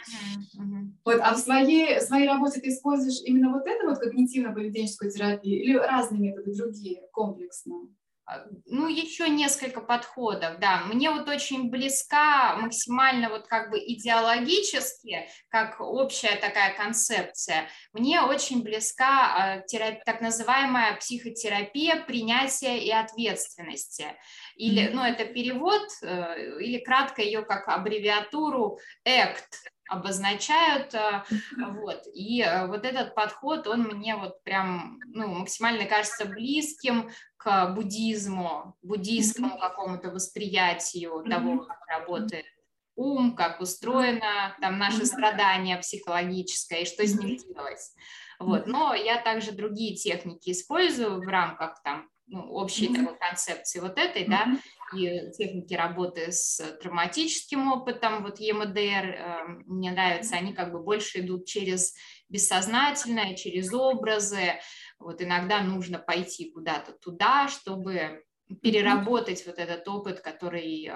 Вот, а в своей работе ты используешь именно вот это вот когнитивно-поведенческую терапию или разные методы другие, комплексно? Ну, еще несколько подходов, да. Мне вот очень близка максимально вот как бы идеологически, как общая такая концепция, мне очень близка так называемая психотерапия принятия и ответственности. Или, ну, это перевод, или кратко ее как аббревиатуру ACT обозначают, вот, и вот этот подход, он мне вот прям, ну, максимально кажется близким к буддизму, буддийскому какому-то восприятию того, как работает ум, как устроено там наше страдание психологическое и что с ним делать. Вот. Но я также другие техники использую в рамках там, ну, общей такой концепции вот этой, да, и техники работы с травматическим опытом, вот ЕМДР, мне нравится, они как бы больше идут через бессознательное, через образы. Вот иногда нужно пойти куда-то туда, чтобы переработать вот этот опыт, который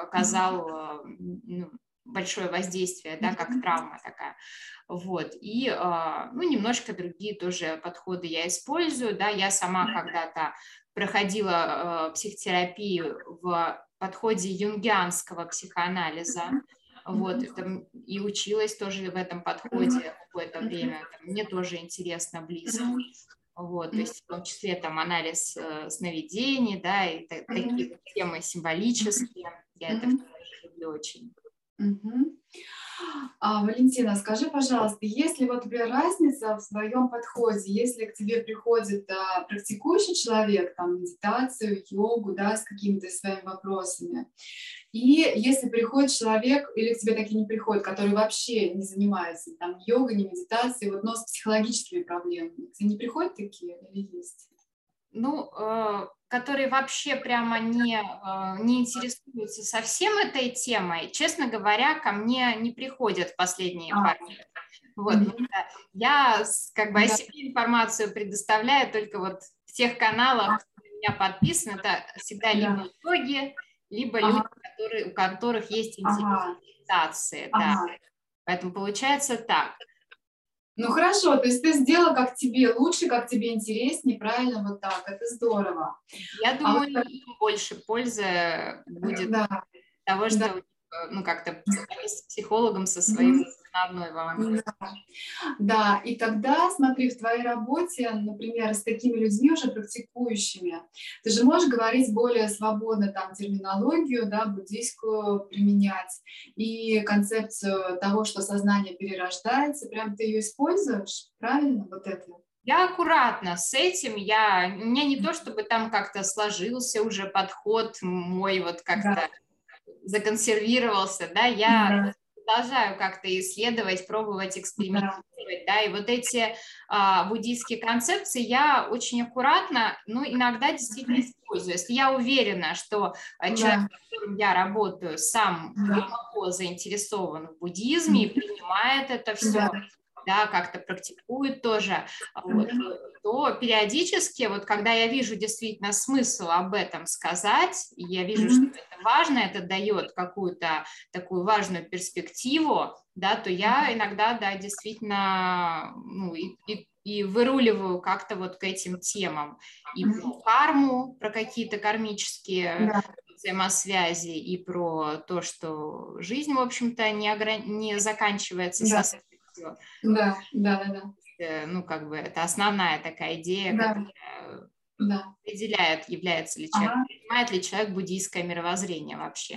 оказал ну, большое воздействие, да, как травма такая. Вот. И ну, немножко другие тоже подходы я использую. Да. Я сама когда-то проходила психотерапию в подходе юнгианского психоанализа. Вот, и училась тоже в этом подходе какое-то время. Мне тоже интересно, близко. Вот, то есть в том числе там анализ сновидений, да, и такие темы символические. Я это люблю очень. Валентина, скажи, пожалуйста, есть ли вот у тебя разница в своем подходе, если к тебе приходит практикующий человек, там, медитацию, йогу, да, с какими-то своими вопросами, и если приходит человек, или к тебе такие не приходят, который вообще не занимается там йогой, не медитацией, вот, но с психологическими проблемами, к тебе не приходят такие или есть? Ну, которые вообще прямо не интересуются совсем этой темой, честно говоря, ко мне не приходят в последние пару лет. Вот, я как бы о себе информацию предоставляю только вот в тех каналах, кто на меня подписан, это всегда либо йоги, либо люди, у которых есть интерес в медитации, да. Поэтому получается так. Ну хорошо, то есть ты сделала как тебе лучше, как тебе интереснее, правильно, вот так, это здорово. Я думаю, им больше пользы будет от того, что ну как-то с психологом со своим основной волной. Да, и тогда, смотри, в твоей работе, например, с такими людьми уже практикующими, ты же можешь говорить более свободно там терминологию, да, буддийскую применять и концепцию того, что сознание перерождается, прям ты ее используешь, правильно, вот это? Я аккуратно с этим, у меня не то, чтобы там как-то сложился уже подход мой, вот как-то законсервировался, да, я продолжаю как-то исследовать, пробовать, экспериментировать, да, и вот эти буддийские концепции я очень аккуратно, ну, иногда действительно использую. Если я уверена, что человек, с которым я работаю, сам глубоко заинтересован в буддизме и принимает это все, да, как-то практикует тоже, вот, то периодически, вот когда я вижу действительно смысл об этом сказать, и я вижу, что это важно, это дает какую-то такую важную перспективу, да, то я иногда, да, действительно, ну, и выруливаю как-то вот к этим темам. И про карму, про какие-то кармические взаимосвязи, и про то, что жизнь, в общем-то, не заканчивается со смертью. Да. Ну, как бы это основная такая идея, которая определяет, является ли человек, принимает ли человек буддийское мировоззрение вообще.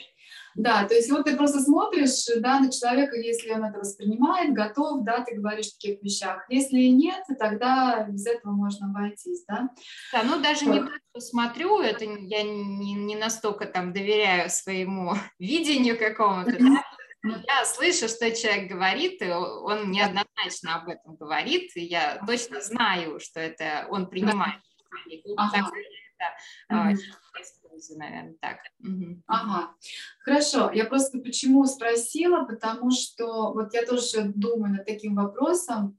Да, то есть вот ты просто смотришь, да, на человека, если он это воспринимает, готов, да, ты говоришь о таких вещах. Если нет, тогда без этого можно обойтись, да? Да, ну даже не то, что смотрю, это я не настолько там доверяю своему видению какому-то, да? Я слышу, что человек говорит, и он неоднозначно об этом говорит, и я точно знаю, что это он принимает. использую, наверное, так. Ага, хорошо. Я просто почему спросила, потому что вот я тоже думаю над таким вопросом.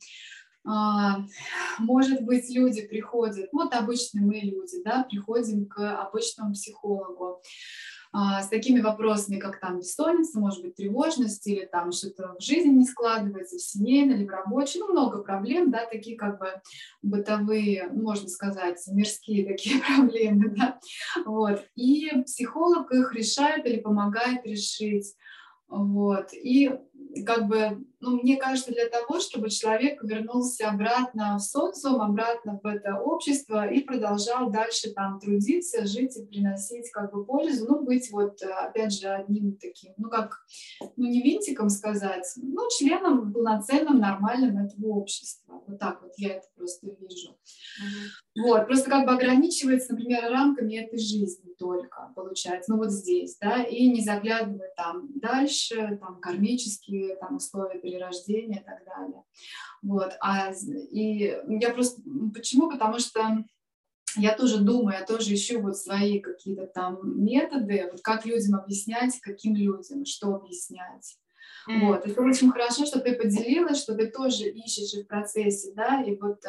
Может быть, люди приходят, вот обычные мы люди, да, приходим к обычному психологу с такими вопросами, как там бессонница, может быть, тревожность, или там что-то в жизни не складывается, в семейной или в рабочей, ну, много проблем, да, такие как бы бытовые, можно сказать, мирские такие проблемы, да, вот, и психолог их решает или помогает решить. Вот. И как бы, ну, мне кажется, для того, чтобы человек вернулся обратно в социум, обратно в это общество и продолжал дальше там трудиться, жить и приносить как бы пользу, ну, быть вот, опять же, одним таким, ну, как, ну, не винтиком сказать, ну, членом полноценным, нормальным этого общества. Вот так вот я это просто вижу. Вот, просто как бы ограничивается, например, рамками этой жизни только, получается, ну вот здесь, да, и не заглядывая там дальше, там кармические там условия перерождения и так далее. Вот, и я просто, почему? Потому что я тоже думаю, я тоже ищу вот свои какие-то там методы, вот как людям объяснять, каким людям, что объяснять. Вот, это очень хорошо, что ты поделилась, что ты тоже ищешь и в процессе, да, и вот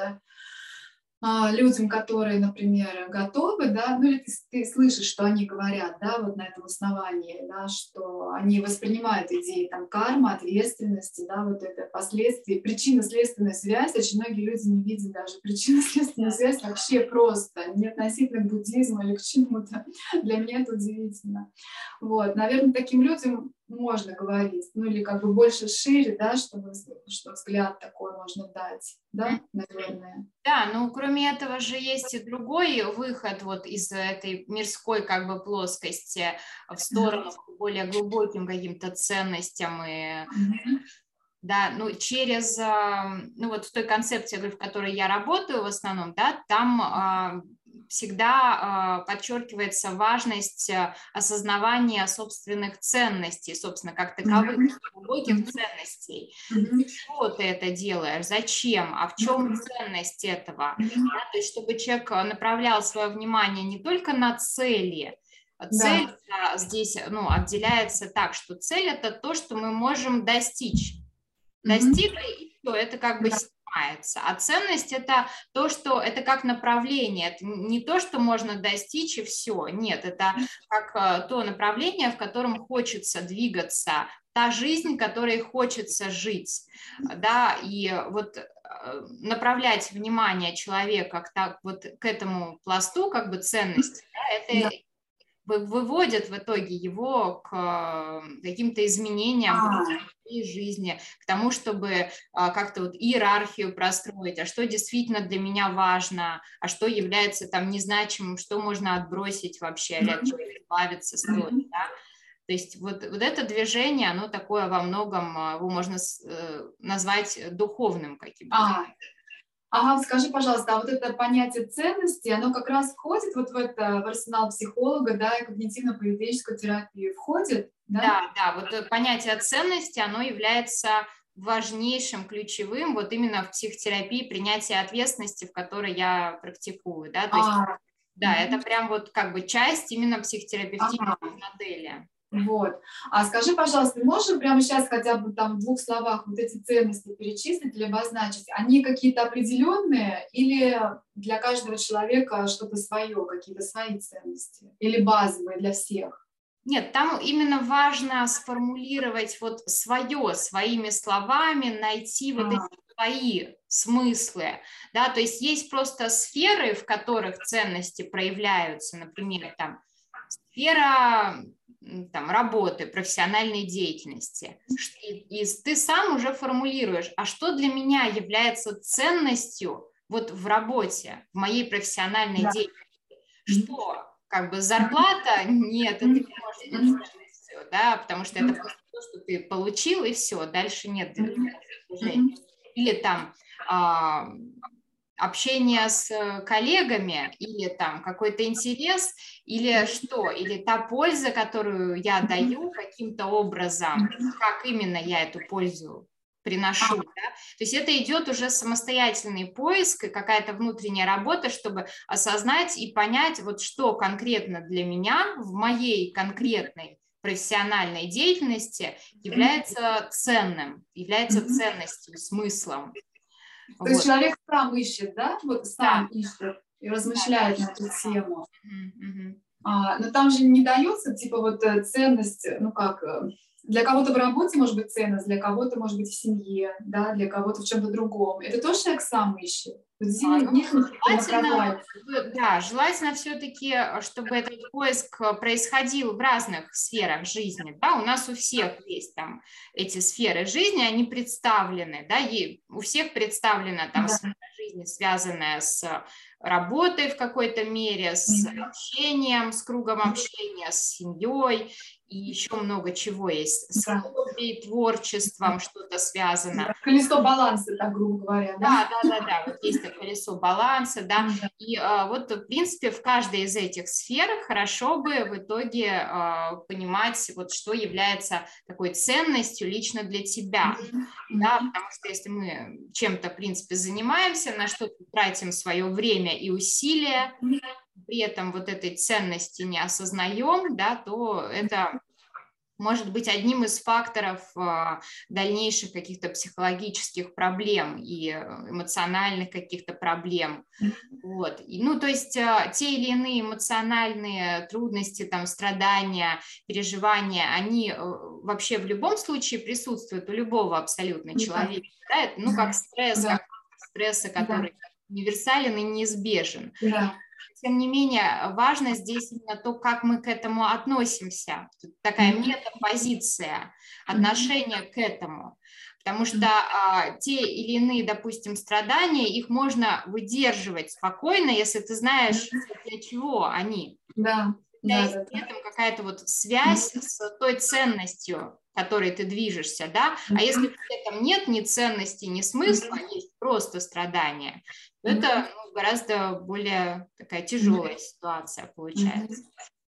людям, которые, например, готовы, да, ну или ты слышишь, что они говорят, да, вот на этом основании, да, что они воспринимают идеи там кармы, ответственности, да, вот это последствия, причинно-следственная связь, очень многие люди не видят даже причинно-следственную связь вообще просто, не относительно к буддизму или к чему-то, для меня это удивительно. Вот, наверное, таким людям можно говорить, ну или как бы больше шире, да, чтобы, что взгляд такой можно дать, да, наверное. Да, ну кроме этого же есть и другой выход вот из этой мирской как бы плоскости в сторону к более глубоким каким-то ценностям и да, ну через, ну вот в той концепции, в которой я работаю в основном, да, там всегда подчеркивается важность осознавания собственных ценностей, собственно, как таковых, глубоких ценностей. Для чего ты это делаешь? Зачем? А в чем ценность этого? Да, то есть, чтобы человек направлял свое внимание не только на цели. Цель здесь, ну, отделяется так, что цель – это то, что мы можем достичь. Достигли, и все, это как бы снимается. А ценность – это то, что это как направление, это не то, что можно достичь и все. Нет, это как то направление, в котором хочется двигаться, та жизнь, которой хочется жить, да, и вот направлять внимание человека вот к этому пласту, как бы ценности, да, это выводит в итоге его к каким-то изменениям в своей жизни, к тому, чтобы как-то вот иерархию простроить, а что действительно для меня важно, а что является там незначимым, что можно отбросить вообще, или от чего избавиться стоит, да? То есть вот это движение, оно такое во многом, его можно назвать духовным каким-то. Ага, скажи, пожалуйста, а вот это понятие ценности, оно как раз входит вот в арсенал психолога, да, и когнитивно-поведенческую терапию входит, да? Да, вот понятие ценности, оно является важнейшим, ключевым вот именно в психотерапии принятия ответственности, в которой я практикую, да, то есть, да, это прям вот как бы часть именно психотерапевтической модели. Вот. А скажи, пожалуйста, можешь прямо сейчас хотя бы там в 2 словах вот эти ценности перечислить или обозначить? Они какие-то определенные или для каждого человека что-то свое, какие-то свои ценности? Или базовые для всех? Нет, там именно важно сформулировать вот свое, своими словами, найти вот эти свои смыслы, да, то есть есть просто сферы, в которых ценности проявляются, например, там сфера там, работы, профессиональной деятельности, и ты сам уже формулируешь, а что для меня является ценностью вот в работе, в моей профессиональной деятельности, что как бы зарплата, нет, это не может быть ценностью, да, потому что это просто то, что ты получил, и все, дальше нет движения. Или там общение с коллегами, или там какой-то интерес, или что, или та польза, которую я даю каким-то образом, как именно я эту пользу приношу, да? То есть это идет уже самостоятельный поиск и какая-то внутренняя работа, чтобы осознать и понять, вот что конкретно для меня в моей конкретной профессиональной деятельности является ценным, является ценностью, смыслом. То есть человек сам ищет, да? Вот сам ищет и размышляет на эту тему. Но там же не дается, типа, вот ценность, ну как, для кого-то в работе может быть ценность, для кого-то может быть в семье, да, для кого-то в чем-то другом. Это тоже человек сам ищет. Желательно все-таки, чтобы этот поиск происходил в разных сферах жизни. Да? У нас у всех есть там эти сферы жизни, они представлены, да, и у всех представлена там сфера жизни, связанная с работой в какой-то мере, с общением, с кругом общения, с семьей, и еще много чего есть, с хобби, творчеством что-то связано. Колесо баланса, так грубо говоря. Да, вот есть это колесо баланса, да, и вот, в принципе, в каждой из этих сфер хорошо бы в итоге понимать, вот, что является такой ценностью лично для тебя, да, потому что если мы чем-то, в принципе, занимаемся, на что-то тратим свое время и усилия, при этом вот этой ценности не осознаем, да, то это может быть одним из факторов дальнейших каких-то психологических проблем и эмоциональных каких-то проблем. Вот. Ну, то есть те или иные эмоциональные трудности, там, страдания, переживания, они вообще в любом случае присутствуют у любого абсолютно человека. Да? Это, ну, как стресс, как стресса, который универсален и неизбежен. Тем не менее, важно здесь именно то, как мы к этому относимся. Тут такая метапозиция, отношение к этому. Потому что те или иные, допустим, страдания, их можно выдерживать спокойно, если ты знаешь, для чего они. Есть при этом какая-то вот связь с той ценностью, которой ты движешься, да, а если при этом нет ни ценности, ни смысла, есть просто страдания, то это гораздо более такая тяжелая ситуация получается.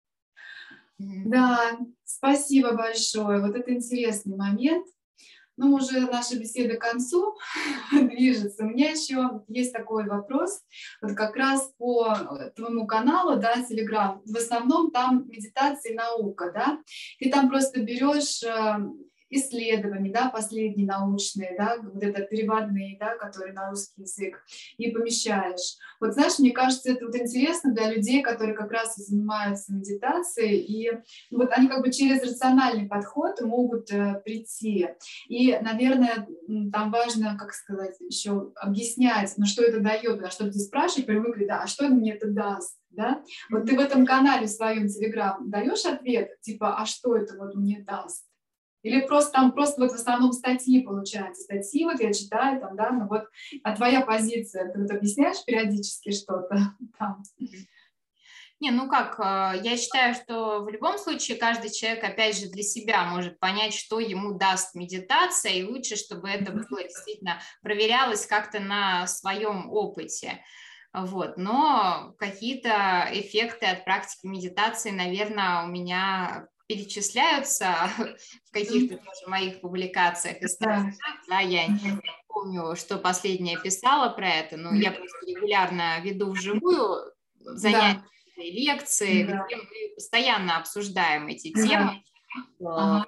Да, спасибо большое. Вот это интересный момент. Ну, уже наша беседа к концу движется. У меня еще есть такой вопрос, вот как раз по твоему каналу, да, Telegram. В основном там медитация и наука, да. Ты там просто берешь исследования, да, последние научные, да, вот это переводные, да, которые на русский язык, и помещаешь. Вот знаешь, мне кажется, это вот интересно для людей, которые как раз и занимаются медитацией, и вот они как бы через рациональный подход могут прийти. И, наверное, там важно, как сказать, еще объяснять, ну, что это дает, на что ты спрашиваешь, привыкли, да, а что мне это даст, да? Вот ты в этом канале в своем Telegram даешь ответ, типа, а что это вот мне даст? Или просто там просто вот в основном статьи получаются. Статьи вот я читаю там, да, ну вот, а твоя позиция, ты вот объясняешь периодически что-то там? Не, ну как, я считаю, что в любом случае каждый человек, опять же, для себя может понять, что ему даст медитация, и лучше, чтобы это было действительно проверялось как-то на своем опыте. Вот. Но какие-то эффекты от практики медитации, наверное, у меня перечисляются в каких-то тоже моих публикациях и статьях. Да, я не помню, что последнее писала про это, но я просто регулярно веду вживую занятия, лекции, где мы постоянно обсуждаем эти темы. Ну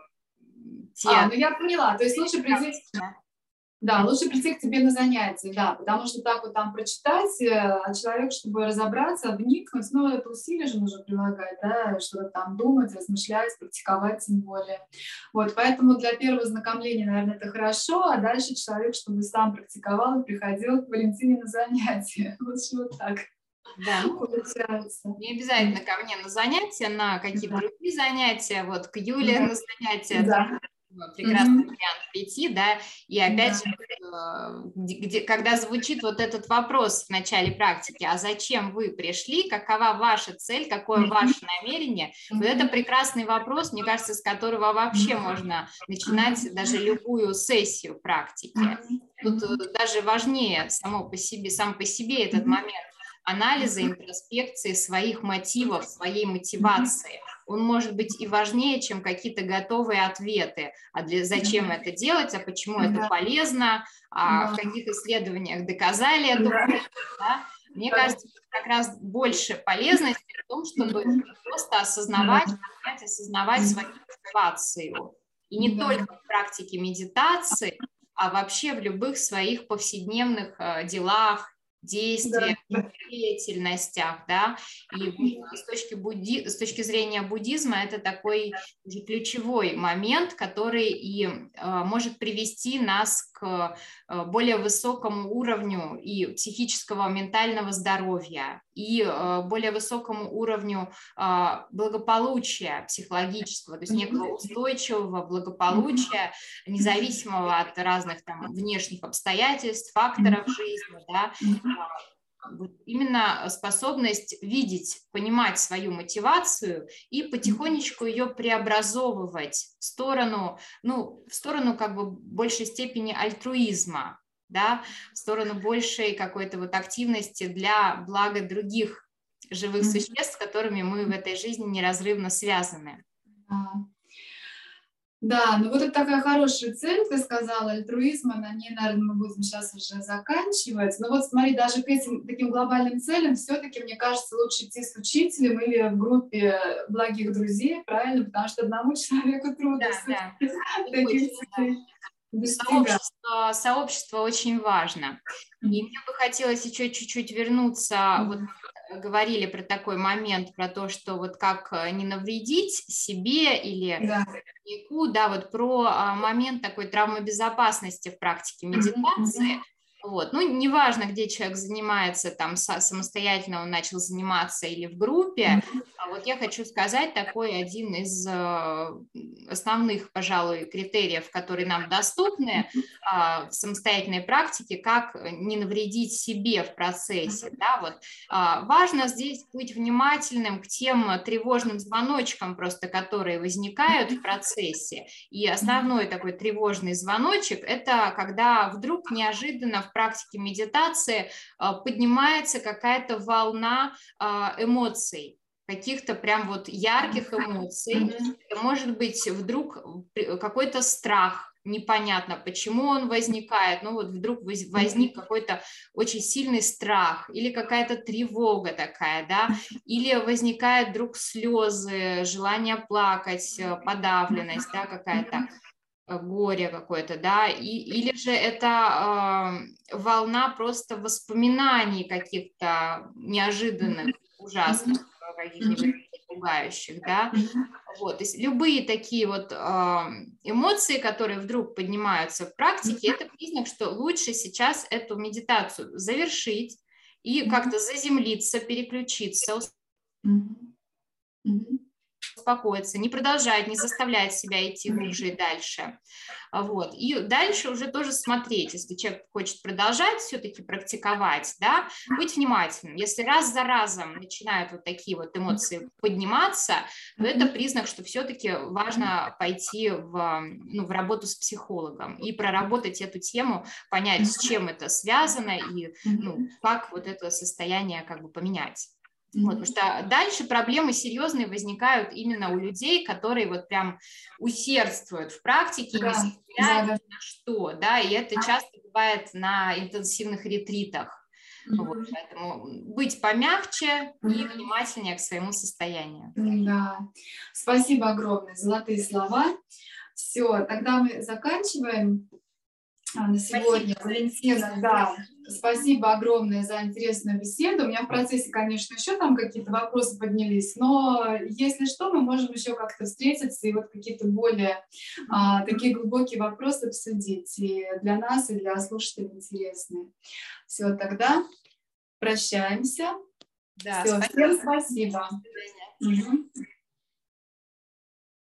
я поняла, то есть лучше прийти... Да, лучше прийти к тебе на занятия, да, потому что так вот там прочитать, а человек, чтобы разобраться, вникнуть, ну, это усилия же нужно прилагать, да, чтобы там думать, размышлять, практиковать тем более. Вот, поэтому для первого знакомления, наверное, это хорошо, а дальше человек, чтобы сам практиковал и приходил к Валентине на занятия. Лучше вот так. Да, получается. Не обязательно ко мне на занятия, на какие-то другие занятия, вот к Юле на занятия. Да. Прекрасный вариант прийти, да, и опять же, когда звучит вот этот вопрос в начале практики, а зачем вы пришли, какова ваша цель, какое ваше намерение, вот это прекрасный вопрос, мне кажется, с которого вообще можно начинать даже любую сессию практики. Тут даже важнее сам по себе этот момент анализа, интроспекции своих мотивов, своей мотивации. он может быть и важнее, чем какие-то готовые ответы. Зачем это делать, а почему это полезно, в каких исследованиях доказали эту пользу, да? Мне кажется, как раз больше полезности в том, чтобы просто осознавать свою мотивацию. И не только в практике медитации, а вообще в любых своих повседневных делах, действиях, деятельностях, да, и с точки зрения буддизма это такой уже ключевой момент, который и может привести нас к более высокому уровню и психического, ментального здоровья, и более высокому уровню благополучия психологического, то есть некого устойчивого благополучия, независимого от разных там внешних обстоятельств, факторов жизни, да. Вот именно способность видеть, понимать свою мотивацию и потихонечку ее преобразовывать в сторону как бы большей степени альтруизма, да, в сторону большей какой-то вот активности для блага других живых существ, с которыми мы в этой жизни неразрывно связаны. Да, ну вот это такая хорошая цель, ты сказала, альтруизма, на ней, наверное, мы будем сейчас уже заканчивать. Но вот смотри, даже к этим таким глобальным целям все-таки, мне кажется, лучше идти с учителем или в группе благих друзей, правильно? Потому что одному человеку трудно таких целей достигать. Сообщество очень важно. И мне бы хотелось еще чуть-чуть вернуться, вот говорили про такой момент, про то, что вот как не навредить себе или ученику, да, вот про момент такой травмобезопасности в практике медитации. Вот. Ну, неважно, где человек занимается, там самостоятельно он начал заниматься или в группе, вот я хочу сказать такой один из основных, пожалуй, критериев, которые нам доступны в самостоятельной практике, как не навредить себе в процессе. Да? Вот. Важно здесь быть внимательным к тем тревожным звоночкам, просто, которые возникают в процессе. И основной такой тревожный звоночек – это когда вдруг неожиданно в практике медитации поднимается какая-то волна эмоций, каких-то прям вот ярких эмоций. Это может быть вдруг какой-то страх, непонятно, почему он возникает, но вот вдруг возник какой-то очень сильный страх или какая-то тревога такая, да, или возникает вдруг слезы, желание плакать, подавленность, да, какая-то, горе какое-то, да, или же это волна просто воспоминаний каких-то неожиданных, ужасных, каких-нибудь пугающих, да, вот, то есть любые такие вот эмоции, которые вдруг поднимаются в практике, это признак, что лучше сейчас эту медитацию завершить и как-то заземлиться, переключиться, успокоиться, не продолжать, не заставлять себя идти глубже и дальше. Вот. И дальше уже тоже смотреть, если человек хочет продолжать все-таки практиковать, да, быть внимательным. Если раз за разом начинают вот такие вот эмоции подниматься, то это признак, что все-таки важно пойти в работу с психологом и проработать эту тему, понять, с чем это связано и как вот это состояние как бы поменять. Вот, потому что дальше проблемы серьезные возникают именно у людей, которые вот прям усердствуют в практике, не смотря ни на что, да, и это часто бывает на интенсивных ретритах. Вот, поэтому быть помягче и внимательнее к своему состоянию. Да, спасибо огромное, золотые слова. Все, тогда мы заканчиваем на сегодня. Валентина, да, спасибо огромное за интересную беседу. У меня в процессе, конечно, еще там какие-то вопросы поднялись, но если что, мы можем еще как-то встретиться и вот какие-то более такие глубокие вопросы обсудить. И для нас, и для слушателей интересные. Все, тогда прощаемся. Да, всем спасибо.